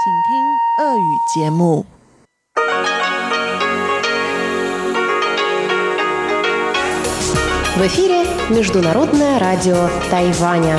请听俄语节目。 В эфире Международное радио Тайваня.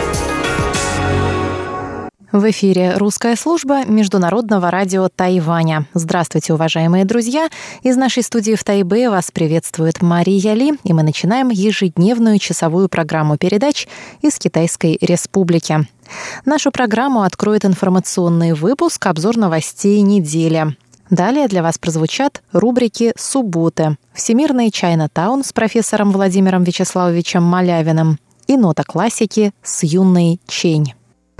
В эфире русская служба Международного радио Тайваня. Здравствуйте, уважаемые друзья! Из нашей студии в Тайбэе вас приветствует Мария Ли, и мы начинаем ежедневную часовую программу передач из Китайской Республики. Нашу программу откроет информационный выпуск «Обзор новостей недели». Далее для вас прозвучат рубрики «Субботы», «Всемирный Чайна-таун» с профессором Владимиром Вячеславовичем Малявиным и «Нота классики» с Юной Чень.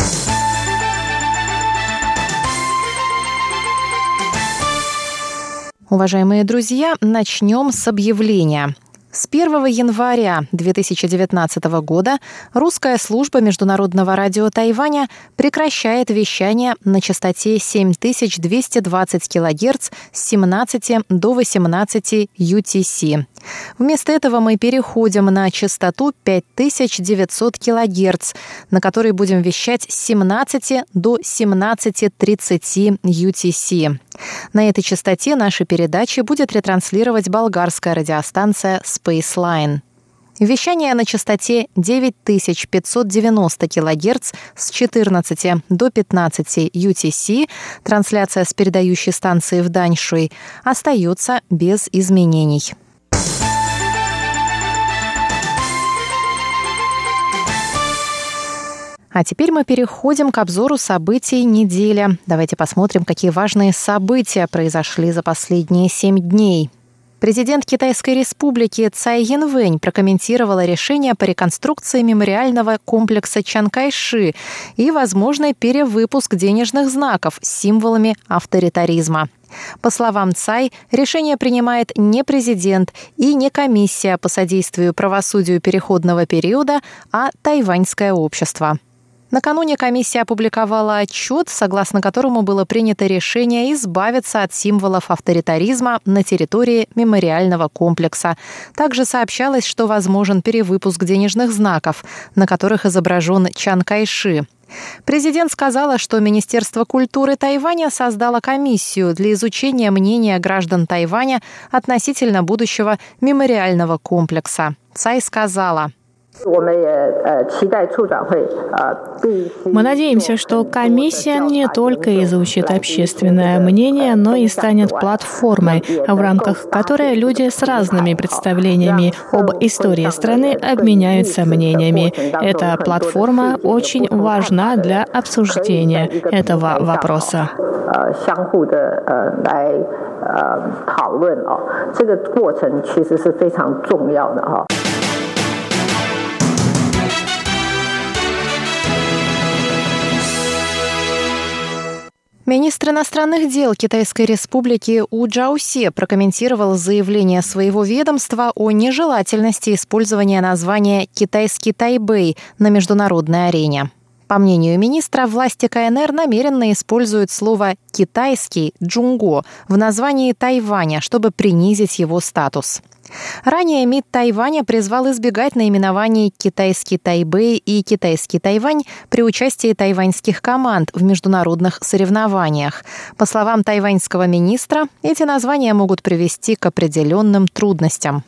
Уважаемые друзья, начнем с объявления. С 1 января 2019 года русская служба Международного радио Тайваня прекращает вещание на частоте 7220 кГц с 17 до 18 UTC. Вместо этого мы переходим на частоту 5900 кГц, на которой будем вещать с 17 до 17:30 UTC. На этой частоте наши передачи будет ретранслировать болгарская радиостанция Spaceline. Вещание на частоте 9590 кГц с 14 до 15 UTC, трансляция с передающей станции в Даньшуй, остается без изменений. А теперь мы переходим к обзору событий недели. Давайте посмотрим, какие важные события произошли за последние 7 дней. Президент Китайской Республики Цай Янвэнь прокомментировала решение по реконструкции мемориального комплекса Чан Кайши и возможный перевыпуск денежных знаков с символами авторитаризма. По словам Цай, решение принимает не президент и не комиссия по содействию правосудию переходного периода, а тайваньское общество. Накануне комиссия опубликовала отчет, согласно которому было принято решение избавиться от символов авторитаризма на территории мемориального комплекса. Также сообщалось, что возможен перевыпуск денежных знаков, на которых изображен Чан Кайши. Президент сказала, что Министерство культуры Тайваня создало комиссию для изучения мнения граждан Тайваня относительно будущего мемориального комплекса. Цай сказала: мы надеемся, что комиссия не только изучит общественное мнение, но и станет платформой, в рамках которой люди с разными представлениями об истории страны обменяются мнениями. Эта платформа очень важна для обсуждения этого вопроса. Министр иностранных дел Китайской Республики У Джаосе прокомментировал заявление своего ведомства о нежелательности использования названия «Китайский Тайбэй» на международной арене. По мнению министра, власти КНР намеренно используют слово «китайский» «джунго» в названии Тайваня, чтобы принизить его статус. Ранее МИД Тайваня призвал избегать наименований «Китайский Тайбэй» и «Китайский Тайвань» при участии тайваньских команд в международных соревнованиях. По словам тайваньского министра, эти названия могут привести к определенным трудностям.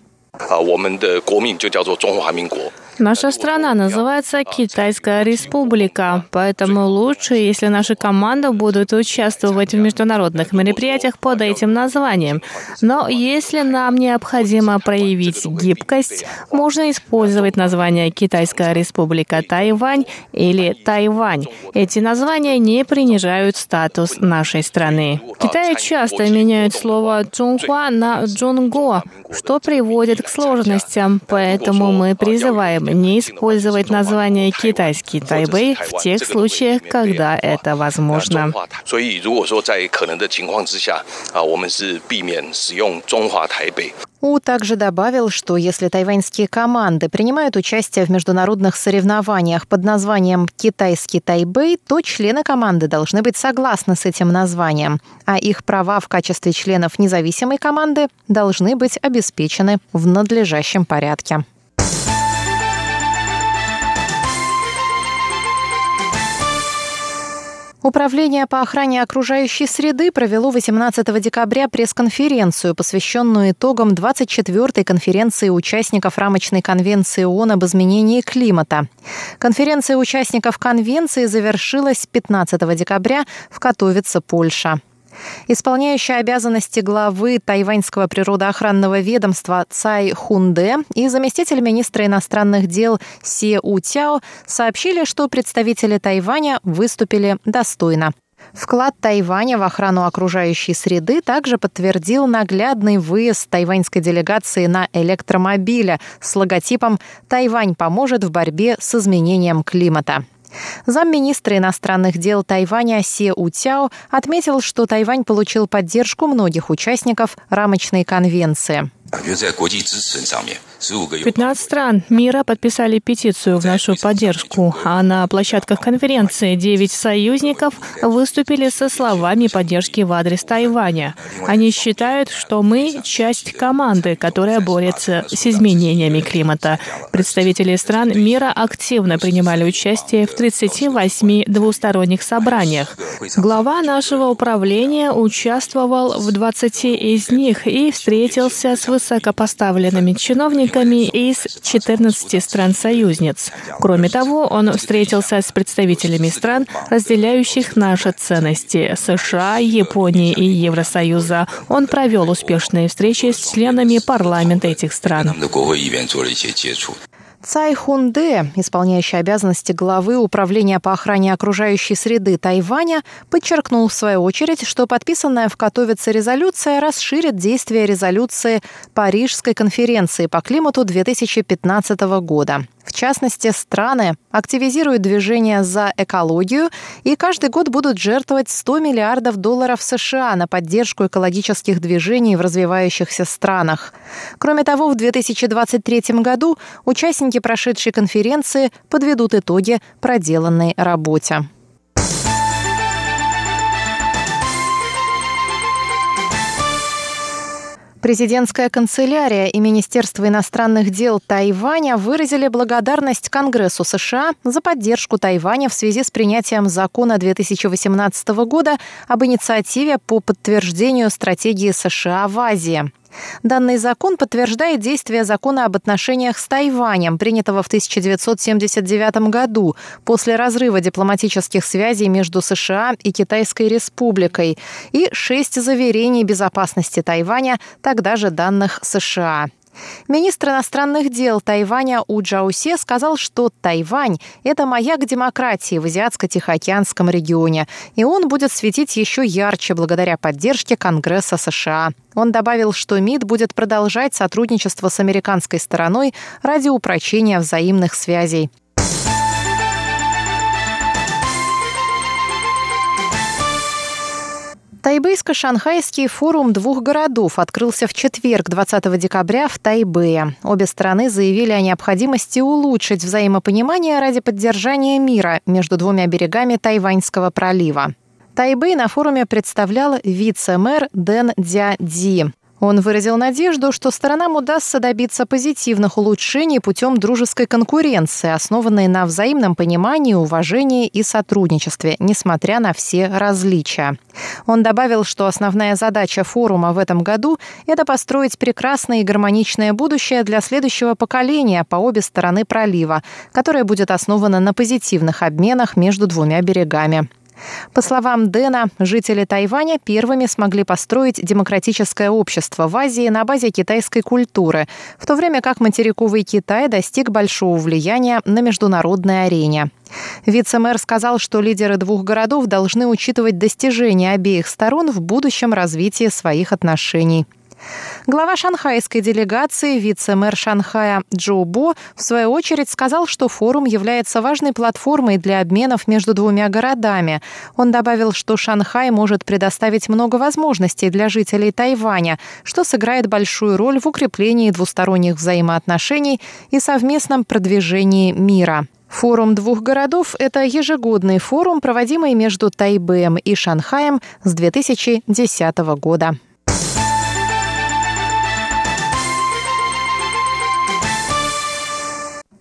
Наша страна называется Китайская Республика, поэтому лучше, если наши команды будут участвовать в международных мероприятиях под этим названием. Но если нам необходимо проявить гибкость, можно использовать название Китайская Республика Тайвань или Тайвань. Эти названия не принижают статус нашей страны. В Китае часто меняют слово «Чунхуа» на «Джунго», что приводит к сложностям, поэтому мы призываем не использовать название «Китайский Тайбэй» в тех случаях, когда это возможно. У также добавил, что если тайваньские команды принимают участие в международных соревнованиях под названием «Китайский Тайбэй», то члены команды должны быть согласны с этим названием, а их права в качестве членов независимой команды должны быть обеспечены в надлежащем порядке. Управление по охране окружающей среды провело 18 декабря пресс-конференцию, посвященную итогам 24-й конференции участников рамочной конвенции ООН об изменении климата. Конференция участников конвенции завершилась 15 декабря в Катовице, Польша. Исполняющая обязанности главы тайваньского природоохранного ведомства Цай Хунде и заместитель министра иностранных дел Се Утяо сообщили, что представители Тайваня выступили достойно. Вклад Тайваня в охрану окружающей среды также подтвердил наглядный выезд тайваньской делегации на электромобиле с логотипом «Тайвань поможет в борьбе с изменением климата». Замминистра иностранных дел Тайваня Се Утяо отметил, что Тайвань получил поддержку многих участников рамочной конвенции. 15 стран мира подписали петицию в нашу поддержку, а на площадках конференции 9 союзников выступили со словами поддержки в адрес Тайваня. Они считают, что мы часть команды, которая борется с изменениями климата. Представители стран мира активно принимали участие в 38 двусторонних собраниях. Глава нашего управления участвовал в 20 из них и встретился с высокопоставленными чиновниками из 14 стран-союзниц. Кроме того, он встретился с представителями стран, разделяющих наши ценности – США, Японии и Евросоюза. Он провел успешные встречи с членами парламента этих стран. Цай Хунде, исполняющий обязанности главы Управления по охране окружающей среды Тайваня, подчеркнул в свою очередь, что подписанная в Катовице резолюция расширит действие резолюции Парижской конференции по климату 2015 года. В частности, страны активизируют движение за экологию и каждый год будут жертвовать $100 миллиардов США на поддержку экологических движений в развивающихся странах. Кроме того, в 2023 году участники прошедшей конференции подведут итоги проделанной работе. Президентская канцелярия и Министерство иностранных дел Тайваня выразили благодарность Конгрессу США за поддержку Тайваня в связи с принятием закона 2018 года об инициативе по подтверждению стратегии США в Азии. Данный закон подтверждает действие закона об отношениях с Тайванем, принятого в 1979 году, после разрыва дипломатических связей между США и Китайской Республикой, и 6 заверений безопасности Тайваня, тогда же данных США. Министр иностранных дел Тайваня У Джаусе сказал, что Тайвань – это маяк демократии в Азиатско-Тихоокеанском регионе, и он будет светить еще ярче благодаря поддержке Конгресса США. Он добавил, что МИД будет продолжать сотрудничество с американской стороной ради упрочения взаимных связей. Тайбэйско-шанхайский форум двух городов открылся в четверг, 20 декабря, в Тайбэе. Обе страны заявили о необходимости улучшить взаимопонимание ради поддержания мира между двумя берегами Тайваньского пролива. Тайбэй на форуме представлял вице-мэр Дэн Дзя-Ди. Он выразил надежду, что сторонам удастся добиться позитивных улучшений путем дружеской конкуренции, основанной на взаимном понимании, уважении и сотрудничестве, несмотря на все различия. Он добавил, что основная задача форума в этом году – это построить прекрасное и гармоничное будущее для следующего поколения по обе стороны пролива, которое будет основано на позитивных обменах между двумя берегами. По словам Дэна, жители Тайваня первыми смогли построить демократическое общество в Азии на базе китайской культуры, в то время как материковый Китай достиг большого влияния на международной арене. Вице-мэр сказал, что лидеры двух городов должны учитывать достижения обеих сторон в будущем развитии своих отношений. Глава шанхайской делегации, вице-мэр Шанхая Джо Бо, в свою очередь сказал, что форум является важной платформой для обменов между двумя городами. Он добавил, что Шанхай может предоставить много возможностей для жителей Тайваня, что сыграет большую роль в укреплении двусторонних взаимоотношений и совместном продвижении мира. Форум двух городов – это ежегодный форум, проводимый между Тайбэем и Шанхаем с 2010 года.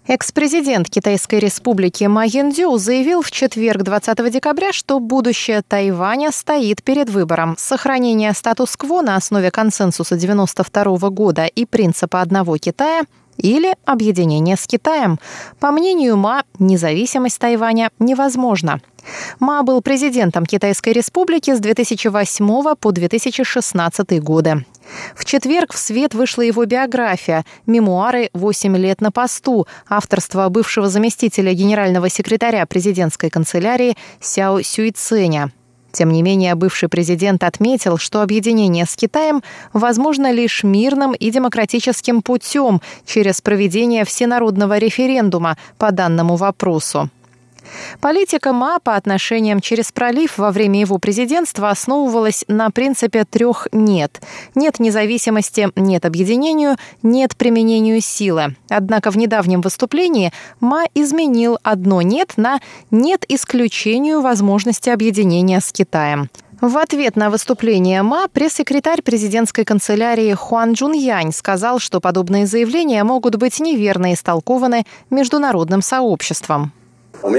Экс-президент Китайской республики Ма Ян-дзю заявил в четверг, 20 декабря, что будущее Тайваня стоит перед выбором: сохранение статус-кво на основе консенсуса 1992 года и принципа одного Китая или объединение с Китаем. По мнению Ма, независимость Тайваня невозможна. Ма был президентом Китайской республики с 2008 по 2016 годы. В четверг в свет вышла его биография «Мемуары. 8 лет на посту», авторства бывшего заместителя генерального секретаря президентской канцелярии Сяо Сюйценя. Тем не менее, бывший президент отметил, что объединение с Китаем возможно лишь мирным и демократическим путем через проведение всенародного референдума по данному вопросу. Политика Ма по отношениям через пролив во время его президентства основывалась на принципе 3 «нет». Нет независимости, нет объединению, нет применению силы. Однако в недавнем выступлении Ма изменил одно «нет» на «нет исключению возможности объединения с Китаем». В ответ на выступление Ма пресс-секретарь президентской канцелярии Хуан Чжуньянь сказал, что подобные заявления могут быть неверно истолкованы международным сообществом. Мы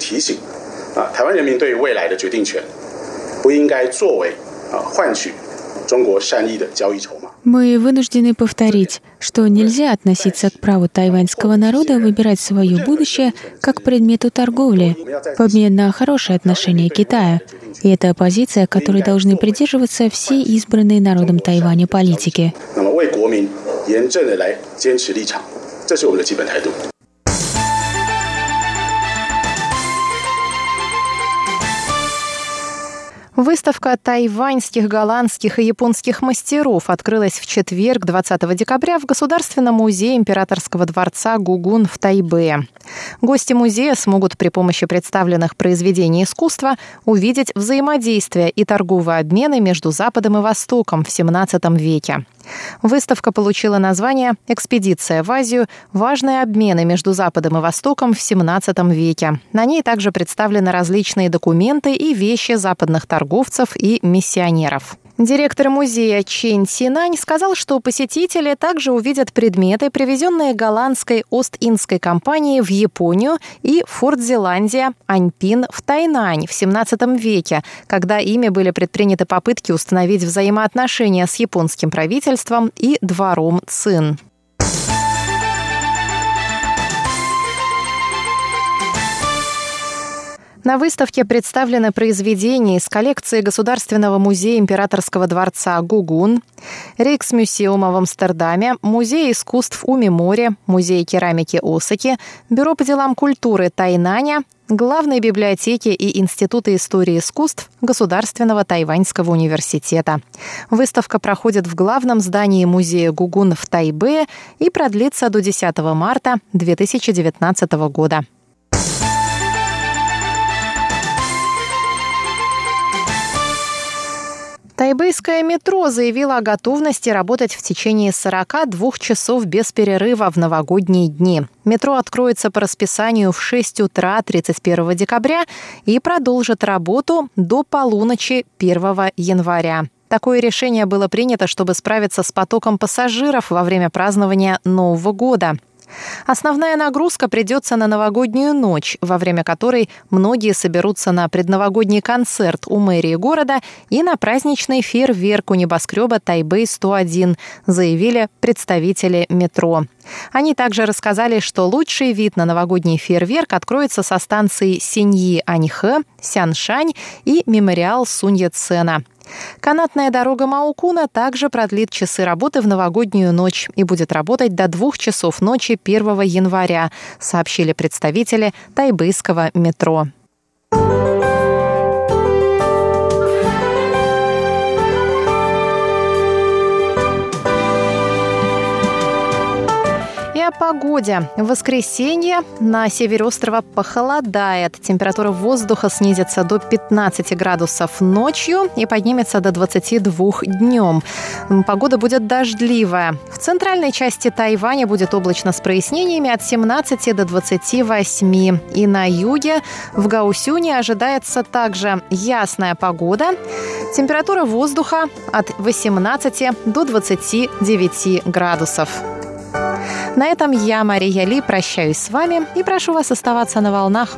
вынуждены повторить, что нельзя относиться к праву тайваньского народа выбирать свое будущее как к предмету торговли в обмен на хорошие отношения Китая. И это позиция, которой должны придерживаться все избранные народом Тайваня политики. Выставка тайваньских, голландских и японских мастеров открылась в четверг, 20 декабря, в Государственном музее императорского дворца Гугун в Тайбэе. Гости музея смогут при помощи представленных произведений искусства увидеть взаимодействие и торговые обмены между Западом и Востоком в XVII веке. Выставка получила название «Экспедиция в Азию. Важные обмены между Западом и Востоком в XVII веке». На ней также представлены различные документы и вещи западных торговцев и миссионеров. Директор музея Чен Синань сказал, что посетители также увидят предметы, привезенные голландской Ост-Индской компанией в Японию, и Форт Зеландия Аньпин в Тайнань в XVII веке, когда ими были предприняты попытки установить взаимоотношения с японским правительством и двором Цин. На выставке представлены произведения из коллекции Государственного музея императорского дворца Гугун, Рейксмюсеума в Амстердаме, Музея искусств Умимори, Музея керамики Осаки, Бюро по делам культуры Тайнаня, Главной библиотеки и Института истории искусств Государственного тайваньского университета. Выставка проходит в главном здании музея Гугун в Тайбэе и продлится до 10 марта 2019 года. Тайбэйское метро заявило о готовности работать в течение 42 часов без перерыва в новогодние дни. Метро откроется по расписанию в 6 утра 31 декабря и продолжит работу до полуночи 1 января. Такое решение было принято, чтобы справиться с потоком пассажиров во время празднования Нового года. Основная нагрузка придется на новогоднюю ночь, во время которой многие соберутся на предновогодний концерт у мэрии города и на праздничный фейерверк у небоскреба Тайбэй-101, заявили представители метро. Они также рассказали, что лучший вид на новогодний фейерверк откроется со станций Синьи-Аньхэ, Сяншань и мемориал Сунь-Яцена. Канатная дорога Маокуна также продлит часы работы в новогоднюю ночь и будет работать до 2 часов ночи 1 января, сообщили представители тайбэйского метро. О погоде. В воскресенье на севере острова похолодает. Температура воздуха снизится до 15 градусов ночью и поднимется до 22 днем. Погода будет дождливая. В центральной части Тайваня будет облачно с прояснениями от 17 до 28. И на юге в Гаосюне ожидается также ясная погода. Температура воздуха от 18 до 29 градусов. На этом я, Мария Ли, прощаюсь с вами и прошу вас оставаться на волнах